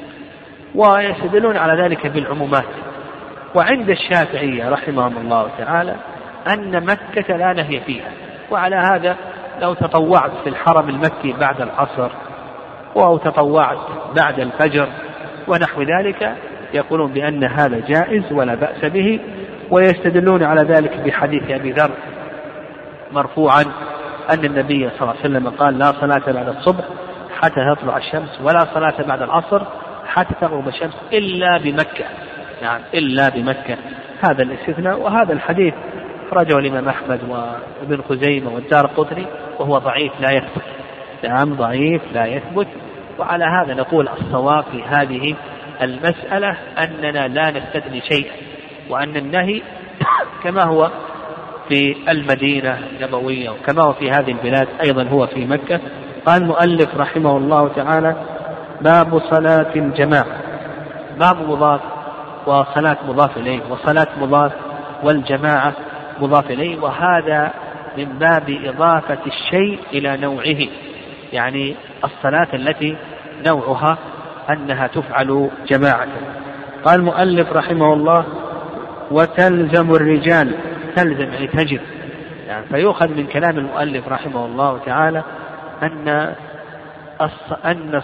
Speaker 2: ويستدلون على ذلك بالعمومات. وعند الشافعية رحمهم الله تعالى أن مكة لا نهي فيها، وعلى هذا لو تطوعت في الحرم المكي بعد العصر أو تطوعت بعد الفجر ونحو ذلك يقولون بأن هذا جائز ولا بأس به، ويستدلون على ذلك بحديث أبي ذر مرفوعا أن النبي صلى الله عليه وسلم قال: لا صلاة بعد الصبح حتى تطلع الشمس، ولا صلاة بعد العصر حتى تغرب الشمس إلا بمكة. نعم، إلا بمكة. هذا الاستثناء، وهذا الحديث أخرجه الإمام أحمد وابن خزيمة والدارقطني وهو ضعيف لا يثبت. نعم، ضعيف لا يثبت. وعلى هذا نقول الصواب في هذه المسألة أننا لا نستثني شيئا، وأن النهي كما هو في المدينة النبوية وكما هو في هذه البلاد أيضا هو في مكة. قال المؤلف رحمه الله تعالى: باب صلاة الجماعة. باب مضاف، وصلاة مضاف إليه، وصلاة مضاف، والجماعة مضاف إليه، وهذا من باب إضافة الشيء إلى نوعه، يعني الصلاة التي نوعها أنها تفعل جماعة. قال المؤلف رحمه الله: وتلزم الرجال. تلزم يعني تجب، يعني فيؤخذ من كلام المؤلف رحمه الله تعالى أن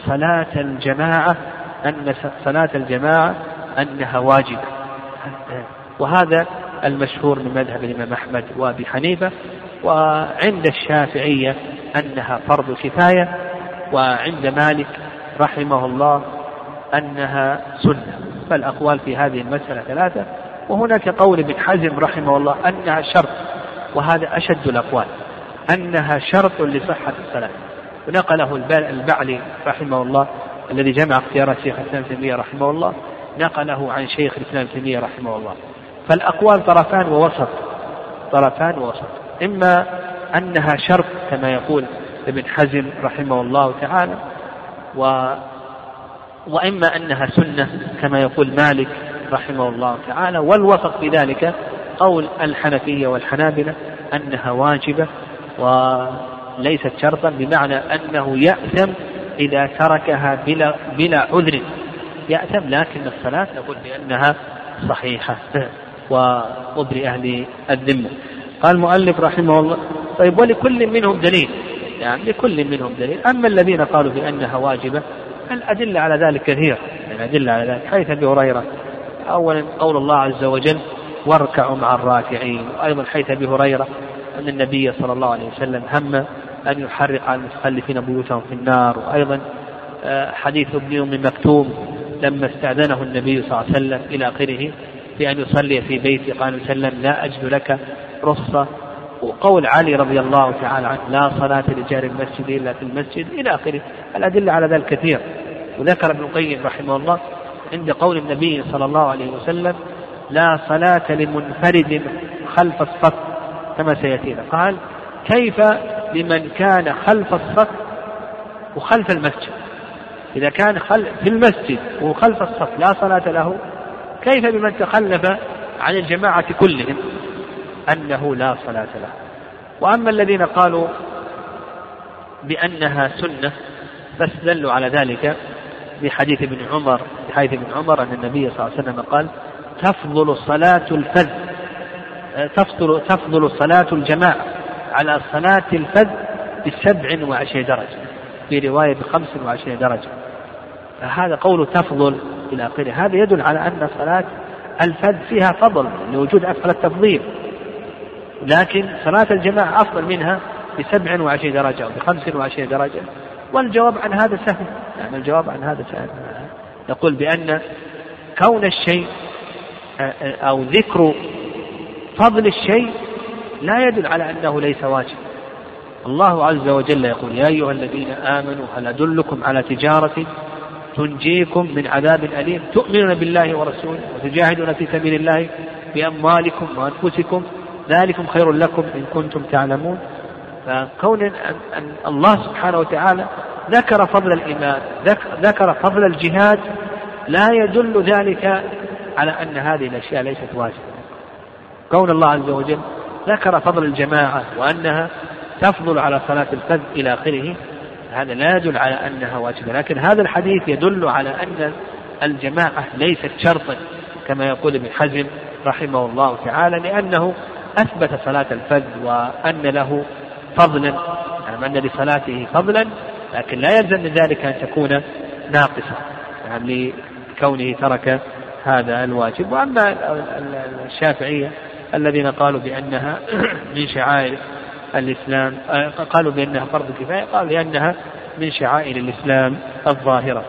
Speaker 2: صلاة الجماعة أنها واجب، وهذا المشهور من مذهب الإمام أحمد وأبي حنيفة. وعند الشافعية أنها فرض كفاية، وعند مالك رحمه الله أنها سنة. فالأقوال في هذه المسألة ثلاثة. وهناك قول ابن حزم رحمه الله أنها شرط، وهذا أشد الأقوال، أنها شرط لصحة الصلاة. ونقله البعلي رحمه الله الذي جمع اختيارات شيخ الإسلام ابن تيمية رحمه الله، نقله عن شيخ الإسلام ابن تيمية رحمه الله. فالأقوال طرفان ووسط، إما أنها شرط كما يقول ابن حزم رحمه الله تعالى، وإما أنها سنة كما يقول مالك رحمه الله تعالى. والوسط في ذلك قول الحنفية والحنابلة أنها واجبة وليست شرطا، بمعنى أنه يأثم إذا تركها بلا عذر، يأثم، لكن الصلاة نقول بأنها صحيحة ومبرئة أهل الذمة. قال المؤلف رحمه الله: طيب، ولكل منهم دليل، يعني لكل منهم دليل. أما الذين قالوا بأنها واجبة الأدلة على ذلك كثير، الأدلة على ذلك حيث أبي هريرة أولا قول الله عز وجل: واركعوا مع الراكعين. وأيضا حيث أبي هريرة أن النبي صلى الله عليه وسلم هم أن يحرق على المتخلفين بيوتهم في النار. وأيضا حديث ابن أم مكتوم لما استأذنه النبي صلى الله عليه وسلم إلى آخره في أن يصلي في بيته قال وسلم: لا أجد لك رخصة. وقول علي رضي الله تعالى عنه: لا صلاة لجار المسجد إلا في المسجد، إلى آخره. الأدلة على ذلك كثير. وذكر ابن القيم رحمه الله عند قول النبي صلى الله عليه وسلم: لا صلاة لمنفرد خلف الصف، كما سيأتينا. قال: كيف لمن كان خلف الصف وخلف المسجد؟ إذا كان في المسجد وخلف الصف لا صلاة له، كيف بمن تخلف عن الجماعة كلهم أنه لا صلاة له؟ وأما الذين قالوا بأنها سنة فاستدلوا على ذلك بحديث ابن عمر أن النبي صلى الله عليه وسلم قال: تفضل صلاة الجماعة على صلاة الفذ ب27 درجة، في رواية ب25 درجة. فهذا قول تفضل إلى آخره، هذا يدل على أن صلاة الفذ فيها فضل لوجود أفضل التفضيل، لكن صلاة الجماعة أفضل منها ب27 درجة أو ب25 درجة؟ والجواب عن هذا سهل، يعني الجواب عن هذا سهل. نقول بأن كون الشيء أو ذكر فضل الشيء لا يدل على أنه ليس واجب. الله عز وجل يقول: يا أيها الذين آمنوا هل أدلكم على تجارة تنجيكم من عذاب أليم تؤمنون بالله ورسوله وتجاهدون في سبيل الله بأموالكم وأنفسكم ذلكم خير لكم إن كنتم تعلمون. فكون أن الله سبحانه وتعالى ذكر فضل الإيمان، ذكر فضل الجهاد، لا يدل ذلك على أن هذه الأشياء ليست واجبة. كون الله عز وجل ذكر فضل الجماعة وأنها تفضل على صلاة الفجر إلى آخره، هذا لا يدل على أنها واجبة. لكن هذا الحديث يدل على أن الجماعة ليست شرطا كما يقول ابن حزم رحمه الله تعالى، لأنه أثبت صلاة الفجر وأن له فضلا، يعني أن لصلاته فضلا، لكن لا يلزم من ذلك أن تكون ناقصة، يعني لكونه ترك هذا الواجب. وأما الشافعية الذين قالوا بأنها من شعائر الإسلام، قالوا بأنها فرض كفاية، قالوا لأنها من شعائر الإسلام الظاهرة.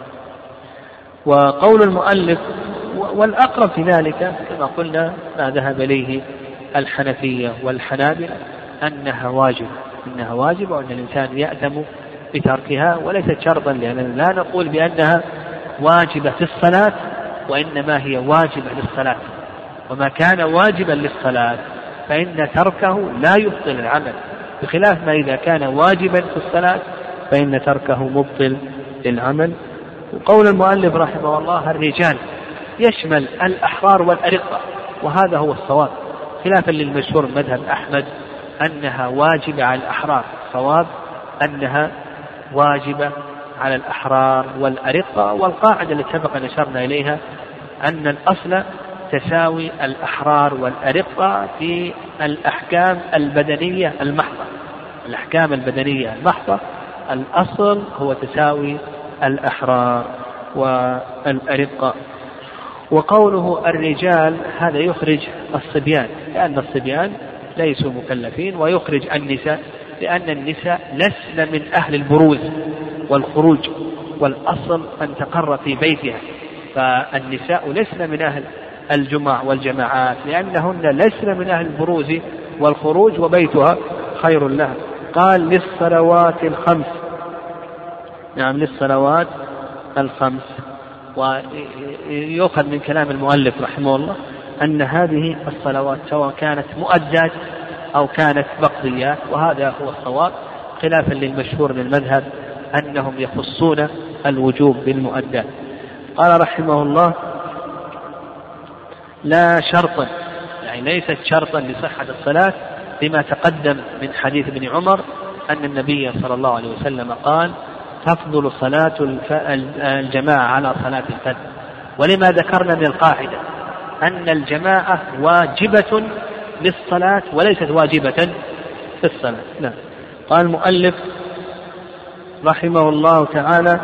Speaker 2: وقول المؤلف والأقرب في ذلك كما قلنا ما ذهب إليه الحنفية والحنابلة أنها واجب وأن الإنسان يأثم بتركها وليست شرطا، لأننا لا نقول بأنها واجبة في الصلاة، وإنما هي واجبة للصلاة، وما كان واجبا للصلاة فإن تركه لا يبطل العمل، بخلاف ما إذا كان واجبا في الصلاة فإن تركه مبطل للعمل. وقول المؤلف رحمه الله الرجال يشمل الأحرار والأرقة، وهذا هو الصواب، خلافا للمشهور مذهب أحمد أنها واجبة على الأحرار، صواب أنها واجبة على الأحرار والأرقة. والقاعدة التي سبق نشرنا إليها أن الأصل تساوي الأحرار والأرقة في الأحكام البدنية المحضة، الأحكام البدنية المحضة الأصل هو تساوي الأحرار والأرقة. وقوله الرجال هذا يخرج الصبيان، لأن الصبيان ليسوا مكلفين، ويخرج النساء لأن النساء لسن من أهل البروز والخروج، والأصل أن تقر في بيتها، فالنساء لسن من أهل الجمع والجماعات لأنهن لسن من أهل البروز والخروج، وبيتها خير لها. قال للصلوات الخمس، نعم للصلوات الخمس. ويؤخذ من كلام المؤلف رحمه الله أن هذه الصلوات سواء كانت مؤدات أو كانت بقضيات، وهذا هو الصواب، خلافا للمشهور من المذهب أنهم يخصون الوجوب بالمؤدات. قال رحمه الله لا شرطا، يعني ليست شرطا لصحة الصلاة، لما تقدم من حديث ابن عمر أن النبي صلى الله عليه وسلم قال تفضل صلاة الجماعة على صلاة الفجر. ولما ذكرنا من القاعدة أن الجماعة واجبة للصلاة وليست واجبة في الصلاة. لا. قال المؤلف رحمه الله تعالى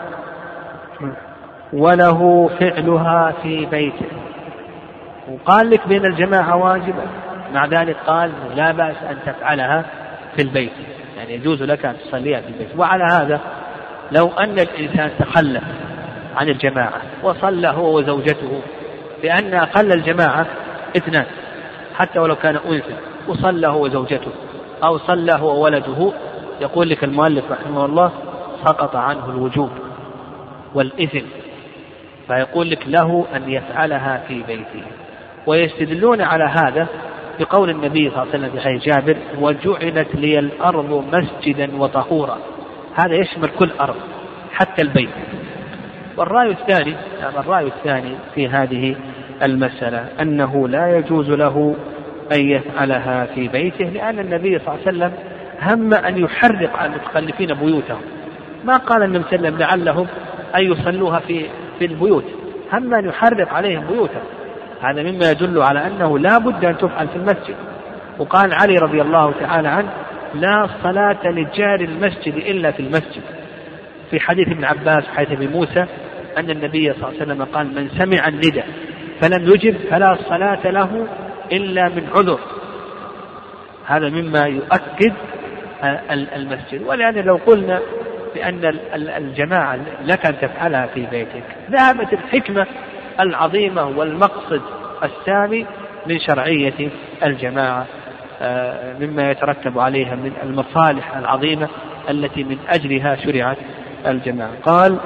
Speaker 2: وله فعلها في بيته. وقال لك بين الجماعة واجبة، مع ذلك قال لا بأس أن تفعلها في البيت، يعني يجوز لك أن تصليها في البيت. وعلى هذا لو أن الإنسان تخلف عن الجماعة وصلى هو وزوجته، لأن أقل الجماعة 2 حتى ولو كان أنثى، وصلى هو وزوجته أو صلى هو وولده، يقول لك المؤلف رحمه الله سقط عنه الوجوب والإثم، فيقول لك له أن يفعلها في بيته. ويستدلون على هذا بقول النبي صلى الله عليه وسلم في حديث جابر وجعلت لي الأرض مسجدا وطهورا، هذا يشمل كل أرض حتى البيت. والرأي الثاني في هذه المسألة أنه لا يجوز له أن يفعلها في بيته، لأن النبي صلى الله عليه وسلم هم أن يحرق على المتخلفين بيوتهم، ما قال النبي صلى الله عليه وسلم لعلهم أن يصلوها في البيوت، هم أن يحرق عليهم بيوتهم. هذا مما يدل على أنه لا بد أن تفعل في المسجد. وقال علي رضي الله تعالى عنه لا صلاة لجار المسجد إلا في المسجد، في حديث ابن عباس حديث ابن موسى أن النبي صلى الله عليه وسلم قال من سمع النداء فلم يجب فلا صلاة له إلا من عذر. هذا مما يؤكد المسجد. ولأن لو قلنا بأن الجماعة لك أن تفعلها في بيتك ذهبت الحكمة العظيمة والمقصد السامي من شرعية الجماعة مما يترتب عليها من المصالح العظيمة التي من أجلها شرعت الجماعة. قال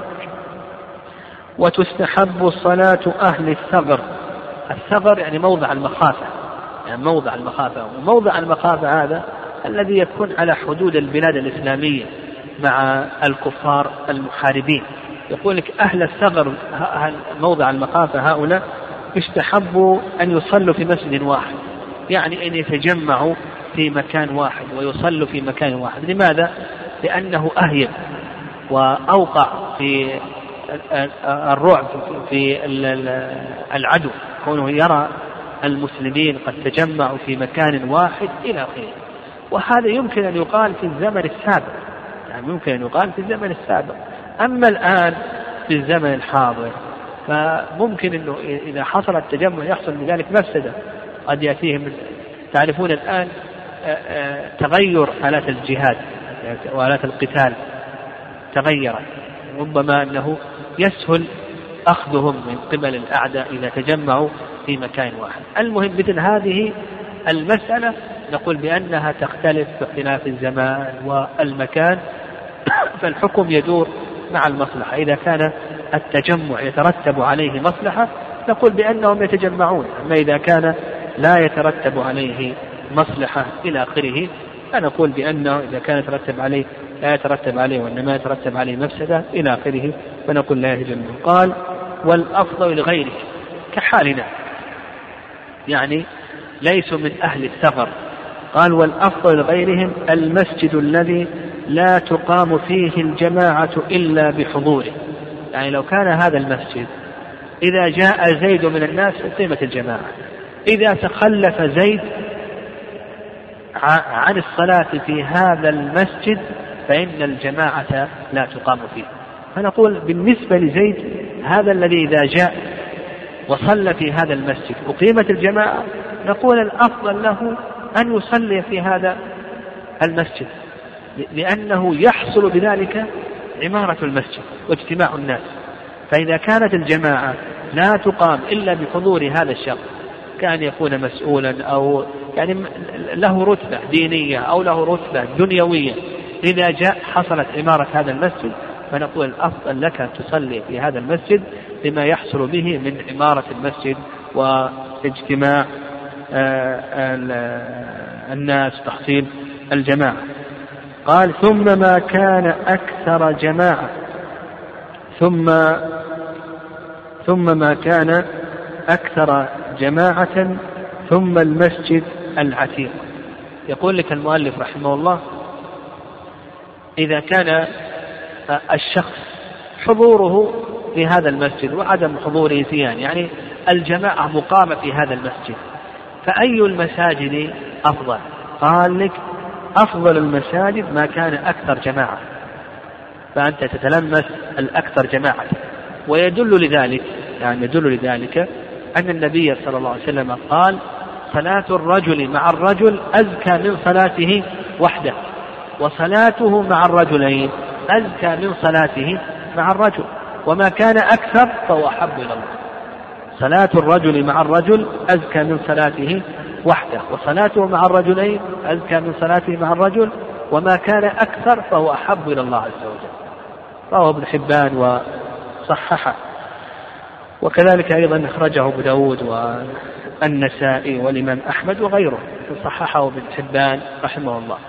Speaker 2: وتستحب صلاة أهل الثغر. الثغر يعني موضع المخافة، يعني موضع المخافة، وموضع المخافة هذا الذي يكون على حدود البلاد الإسلامية مع الكفار المحاربين. يقول لك أهل الثغر موضع المخافة هؤلاء يستحب أن يصلوا في مسجد واحد، يعني أن يتجمعوا في مكان واحد ويصلوا في مكان واحد. لماذا؟ لأنه أهيب وأوقع في الرعب في العدو، كونه يرى المسلمين قد تجمعوا في مكان واحد إلى آخره. وهذا يمكن أن يقال في الزمن السابق، يعني يمكن أن يقال في الزمن السابق. أما الآن في الزمن الحاضر فممكن أنه إذا حصل التجمع يحصل بذلك مفسدة قد يأتيهم. تعرفون الآن تغير آلات الجهاد وآلات القتال تغيرت، ربما أنه يسهل أخذهم من قبل الأعداء إذا تجمعوا في مكان واحد. المهم مثل هذه المسألة نقول بأنها تختلف باختلاف الزمان والمكان، فالحكم يدور مع المصلحة. إذا كان التجمع يترتب عليه مصلحة نقول بأنهم يتجمعون، أما إذا كان لا يترتب عليه مصلحة إلى آخره فنقول بأنه إذا كان يترتب عليه لا يترتب عليه وإنما يترتب عليه مفسدة إلى آخره فنقول لا يجمع. قال والأفضل لغيره كحالنا، يعني ليسوا من أهل الثغر. قال والأفضل لغيرهم المسجد الذي لا تقام فيه الجماعة إلا بحضوره. يعني لو كان هذا المسجد إذا جاء زيد من الناس أقيمت الجماعة، إذا تخلف زيد عن الصلاة في هذا المسجد فإن الجماعة لا تقام فيه. فنقول بالنسبة لزيد هذا الذي إذا جاء وصلى في هذا المسجد أقيمت الجماعة، نقول الأفضل له أن يصلي في هذا المسجد، لأنه يحصل بذلك عمارة المسجد واجتماع الناس. فإذا كانت الجماعة لا تقام إلا بحضور هذا الشخص، كان يكون مسؤولا أو يعني له رتبة دينية أو له رتبة دنيوية، إذا جاء حصلت عمارة هذا المسجد فنقول الأفضل لك أن تصلي في هذا المسجد لما يحصل به من عمارة المسجد واجتماع الناس تحصيل الجماعة. قال ثم ما كان أكثر جماعة ثم ما كان أكثر جماعة ثم المسجد العتيق. يقول لك المؤلف رحمه الله إذا كان الشخص حضوره في هذا المسجد وعدم حضوره فيه، يعني الجماعة مقامة في هذا المسجد، فأي المساجد أفضل؟ قال لك أفضل المساجد ما كان أكثر جماعة، فأنت تتلمس الأكثر جماعة. ويدل لذلك أن النبي صلى الله عليه وسلم قال صلاة الرجل مع الرجل أزكى من صلاته وحده، وصلاته مع الرجلين أزكى من صلاته مع الرجل، وما كان أكثر فهو أحب إلى الله. صلاة الرجل مع الرجل أزكى من صلاته وحده، وصلاته مع الرجلين أزكى من صلاته مع الرجل، وما كان أكثر فهو أحب إلى الله عز وجل. رواه ابن حبان وصححه، وكذلك أيضا أخرجه أبو داود والنسائي والإمام أحمد وغيره، صححه ابن حبان رحمه الله.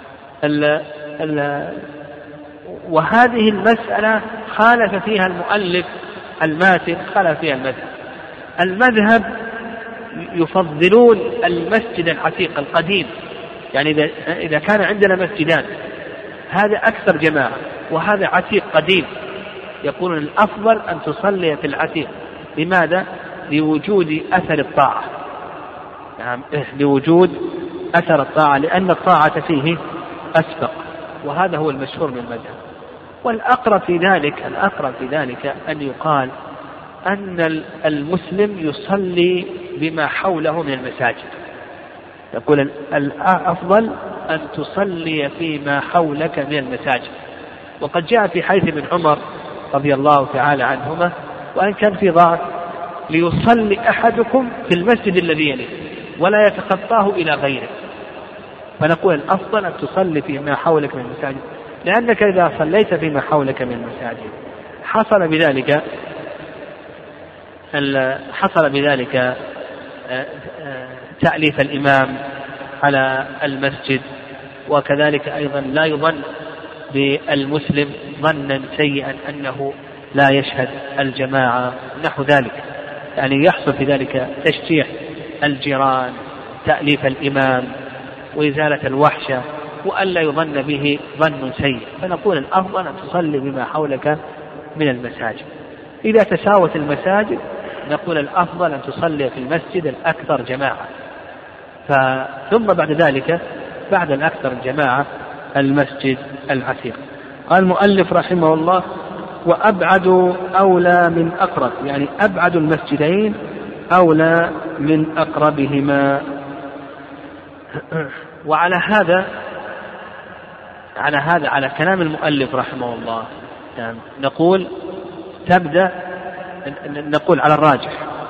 Speaker 2: وهذه المسألة خالف فيها المؤلف الماتن، خالف فيها المذهب يفضلون المسجد العتيق القديم. يعني إذا كان عندنا مسجدان، هذا أكثر جماعة وهذا عتيق قديم، يقولون الأفضل أن تصلي في العتيق. لماذا؟ لوجود أثر الطاعة، يعني لوجود أثر الطاعة، لأن الطاعة فيه أسبق، وهذا هو المشهور من المذهب. والأقرب في ذلك أن يقال أن المسلم يصلي بما حوله من المساجد، يقول الأفضل أن تصلي فيما حولك من المساجد. وقد جاء في حديث ابن عمر رضي الله تعالى عنهما وأن كان في ضعف ليصلي أحدكم في المسجد الذي يليه ولا يتخطاه إلى غيره. فنقول الأفضل أن تصلي فيما حولك من المساجد، لأنك إذا صليت فيما حولك من المساجد حصل بذلك تأليف الإمام على المسجد، وكذلك أيضا لا يظن بالمسلم ظنا سيئا أنه لا يشهد الجماعة نحو ذلك، يعني يحصل في ذلك تشجيع الجيران، تأليف الإمام، وإزالة الوحشة، وألا يظن به ظن سيء. فنقول الأفضل أن تصلي بما حولك من المساجد. إذا تساوت المساجد نقول الأفضل أن تصلي في المسجد الأكثر جماعة، ثم بعد ذلك بعد الأكثر جماعة المسجد العتيق. قال المؤلف رحمه الله: وأبعد أولى من أقرب، يعني أبعد المسجدين أولى من أقربهما. وعلى هذا على كلام المؤلف رحمه الله يعني نقول على الراجح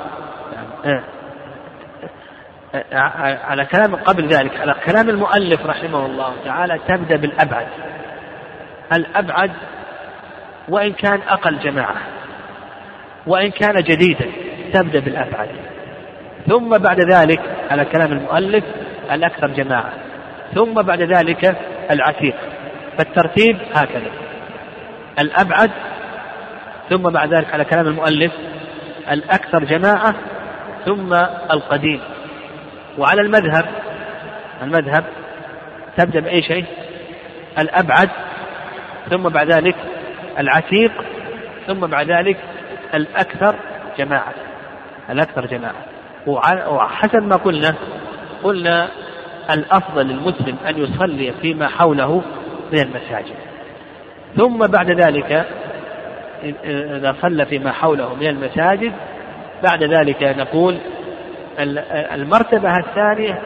Speaker 2: على كلام قبل ذلك على كلام المؤلف رحمه الله تعالى تبدأ بالأبعد، الأبعد وإن كان أقل جماعة وإن كان جديدا تبدأ بالأبعد، ثم بعد ذلك على كلام المؤلف الأكثر جماعة، ثم بعد ذلك العتيق. فالترتيب هكذا: الأبعد، ثم بعد ذلك على كلام المؤلف الأكثر جماعة، ثم القديم. وعلى المذهب تبدأ بأي شيء؟ الأبعد، ثم بعد ذلك العتيق، ثم بعد ذلك الأكثر جماعة. وحسب ما قلنا الأفضل للمسلم أن يصلي فيما حوله من المساجد، ثم بعد ذلك إذا صلى فيما حوله من المساجد بعد ذلك نقول المرتبة الثانية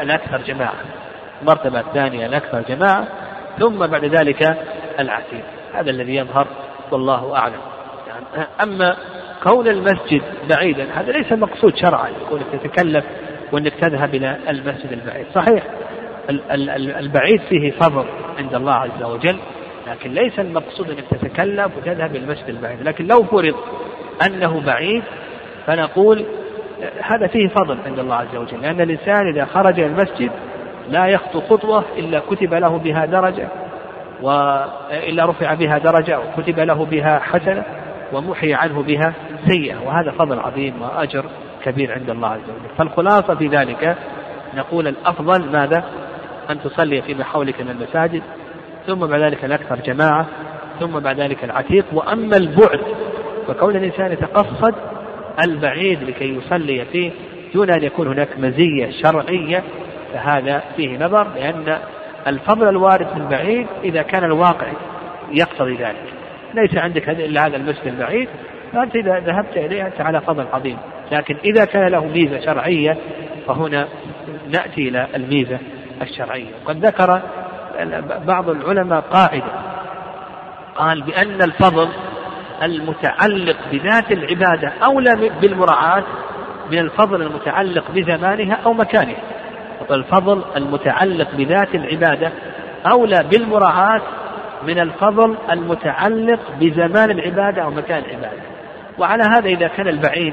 Speaker 2: الأكثر جماعة، ثم بعد ذلك العتيق. هذا الذي يظهر والله أعلم. يعني أما كون المسجد بعيدا هذا ليس مقصود شرعا، يكونك تتكلف وأنك تذهب إلى المسجد البعيد. صحيح البعيد فيه فضل عند الله عز وجل، لكن ليس المقصود أنك تتكلف وتذهب إلى المسجد البعيد. لكن لو فرض أنه بعيد فنقول هذا فيه فضل عند الله عز وجل، لأن الإنسان إذا خرج إلى المسجد لا يخطو خطوة إلا كتب له بها درجة، وإلا رفع بها درجة وكتب له بها حسنة ومحي عنه بها سيئة، وهذا فضل عظيم وأجر كبير عند الله عز وجل. فالخلاصة في ذلك نقول الأفضل ماذا؟ أن تصلي فيما حولك من المساجد، ثم بعد ذلك الأكثر جماعة، ثم بعد ذلك العتيق. وأما البعد فكون الإنسان يتقصد البعيد لكي يصلي فيه دون أن يكون هناك مزية شرعية فهذا فيه نظر، لأن الفضل الوارد في البعيد إذا كان الواقع يقتضي ذلك. ليس عندك إلا هذا المسجد البعيد، فأنت إذا ذهبت إليه أنت على فضل عظيم. لكن إذا كان له ميزة شرعية فهنا نأتي إلى الميزة الشرعية. قد ذكر بعض العلماء قاعدة، قال بأن الفضل المتعلق بذات العبادة أولى بالمراعاة من الفضل المتعلق بزمانها أو مكانها. الفضل المتعلق بذات العبادة أولى بالمراعاة من الفضل المتعلق بزمان العبادة أو مكان العبادة. وعلى هذا إذا كان البعيد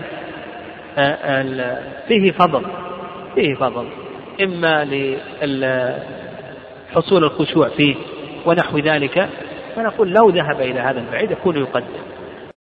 Speaker 2: فيه فضل إما لحصول الخشوع فيه ونحو ذلك، فنقول لو ذهب إلى هذا البعيد يكون يقدم.